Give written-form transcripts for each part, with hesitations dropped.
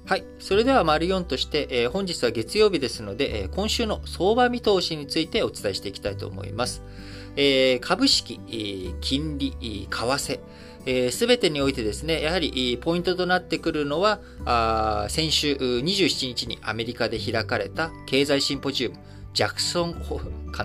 はい。それでは、丸4として、本日は月曜日ですので、今週の相場見通しについてお伝えしていきたいと思います。株式、金利、為替、すべてにおいてですね、やはりポイントとなってくるのは、先週27日にアメリカで開かれた経済シンポジウム、ジャクソンホ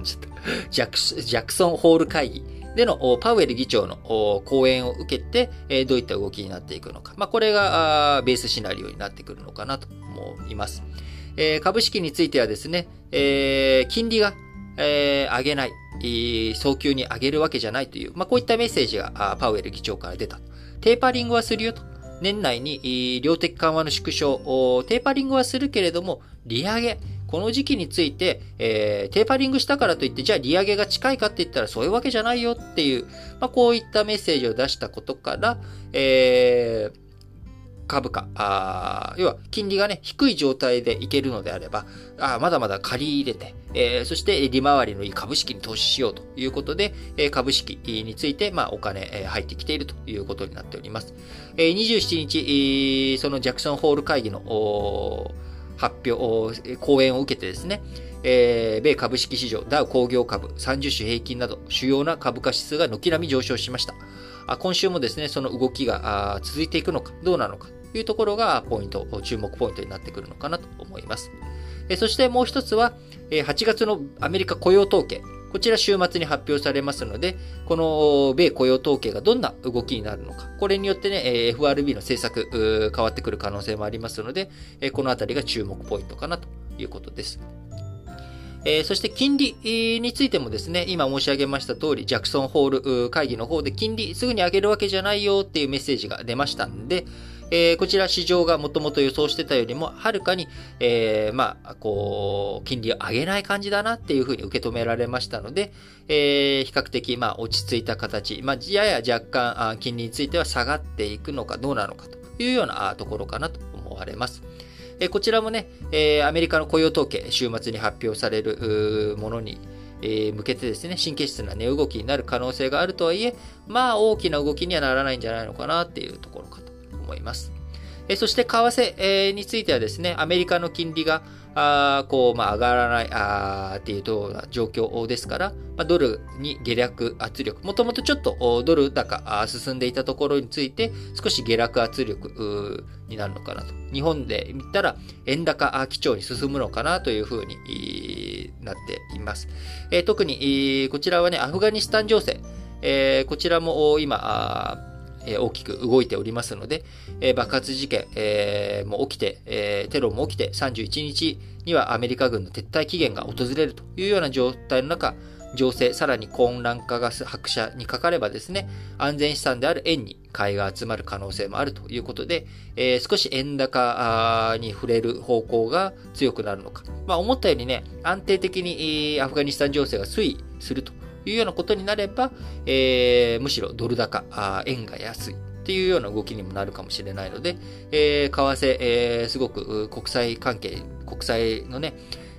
ール会議でのパウエル議長の講演を受けて、どういった動きになっていくのか。これがベースシナリオになってくるのかなと思います。株式についてはですね、金利が、上げない、早急に上げるわけじゃないという、こういったメッセージがパウエル議長から出た。テーパリングはするよと。年内に量的緩和の縮小、テーパリングはするけれども、利上げ、この時期について、テーパリングしたからといって、じゃあ利上げが近いかって言ったらそういうわけじゃないよっていう、こういったメッセージを出したことから、株価、要は金利がね、低い状態でいけるのであれば、まだまだ借り入れて、そして利回りのいい株式に投資しようということで、株式について、お金、入ってきているということになっております。27日、そのジャクソンホール会議の発表、講演を受けてですね、米株式市場、ダウ工業株、30種平均など、主要な株価指数が軒並み上昇しました。今週もですね、その動きが続いていくのか、どうなのかというところが注目ポイントになってくるのかなと思います。そしてもう一つは、8月のアメリカ雇用統計。こちら週末に発表されますので、この米雇用統計がどんな動きになるのか。これによってね、FRB の政策変わってくる可能性もありますので、このあたりが注目ポイントかなということです。そして金利についてもですね、今申し上げました通り、ジャクソンホール会議の方で金利すぐに上げるわけじゃないよっていうメッセージが出ましたんで、こちら市場がもともと予想してたよりもはるかに、金利を上げない感じだなっていうふうに受け止められましたので、比較的落ち着いた形、やや若干金利については下がっていくのかどうなのかというようなところかなと思われます。こちらもね、アメリカの雇用統計、週末に発表されるものに向けてですね、神経質な値動きになる可能性があるとはいえ、大きな動きにはならないんじゃないのかなっていうところかと思います。そして為替についてはですね、アメリカの金利が上がらないっていうような状況ですから、ドルに下落圧力、もともとちょっとドル高進んでいたところについて少し下落圧力になるのかなと。日本で見たら円高基調に進むのかなというふうになっています。特にこちらはね、アフガニスタン情勢、こちらも今大きく動いておりますので、爆発事件、も起きて、テロも起きて、31日にはアメリカ軍の撤退期限が訪れるというような状態の中、情勢、さらに混乱化が拍車にかかればですね、安全資産である円に買いが集まる可能性もあるということで、少し円高に触れる方向が強くなるのか。思ったよりね、安定的にアフガニスタン情勢が推移するというようなことになれば、むしろドル高、円が安いっていうような動きにもなるかもしれないので、為替、すごく国際のね、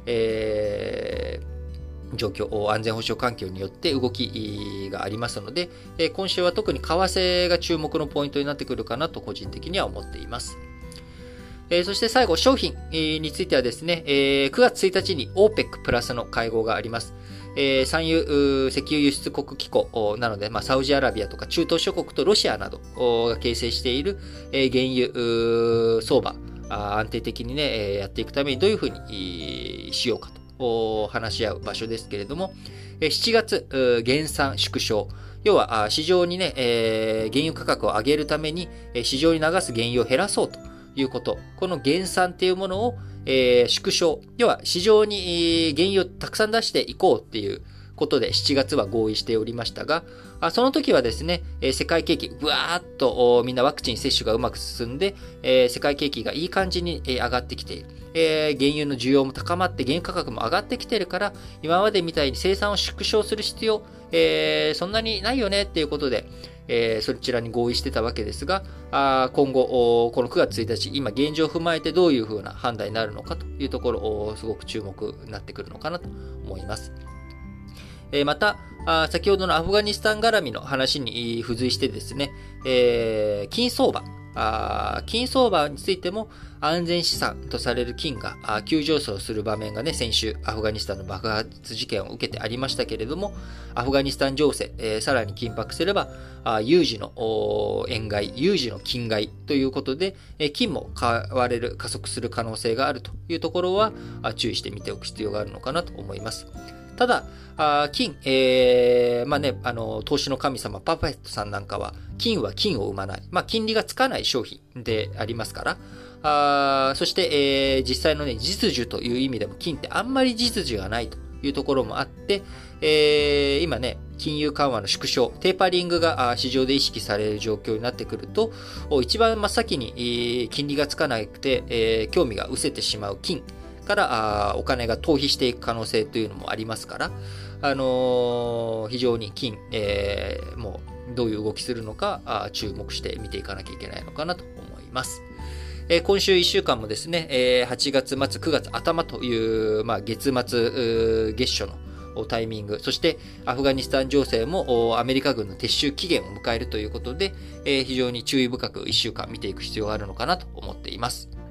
状況、安全保障環境によって動きがありますので、今週は特に為替が注目のポイントになってくるかなと個人的には思っています。そして最後、商品についてはですね、9月1日に OPEC プラスの会合があります。産油、石油輸出国機構なので、サウジアラビアとか中東諸国とロシアなどが形成している原油相場、安定的にね、やっていくためにどういうふうにしようかと話し合う場所ですけれども、7月、減産縮小。要は、市場にね、原油価格を上げるために、市場に流す原油を減らそうということ。この減産っていうものを、縮小。要は、市場に原油をたくさん出していこうっていうことで、7月は合意しておりましたが、その時はですね、世界景気、ぐわーっとみんなワクチン接種がうまく進んで、世界景気がいい感じに上がってきている。原油の需要も高まって原油価格も上がってきてるから、今までみたいに生産を縮小する必要、そんなにないよねっていうことで、そちらに合意してたわけですが、今後、この9月1日、今現状を踏まえてどういうふうな判断になるのかというところ、すごく注目になってくるのかなと思います。また、先ほどのアフガニスタン絡みの話に付随してですね、金相場。 金相場についても安全資産とされる金が急上昇する場面がね、先週アフガニスタンの爆発事件を受けてありましたけれども、アフガニスタン情勢、さらに緊迫すれば、有事の円買い、有事の金買いということで、金も買われる、加速する可能性があるというところは注意して見ておく必要があるのかなと思います。ただ、金、投資の神様、パフェットさんなんかは、金は金を生まない。金利がつかない商品でありますから、そして、実際のね、実需という意味でも金ってあんまり実需がないというところもあって、今ね、金融緩和の縮小、テーパリングが市場で意識される状況になってくると、一番真っ先に金利がつかなくて、興味が失せてしまう金からお金が逃避していく可能性というのもありますから、非常に金、もうどういう動きするのか注目して見ていかなきゃいけないのかなと思います。今週1週間もですね、8月末、9月頭という、月末、月初のタイミング、そしてアフガニスタン情勢もアメリカ軍の撤収期限を迎えるということで、非常に注意深く1週間見ていく必要があるのかなと思っています。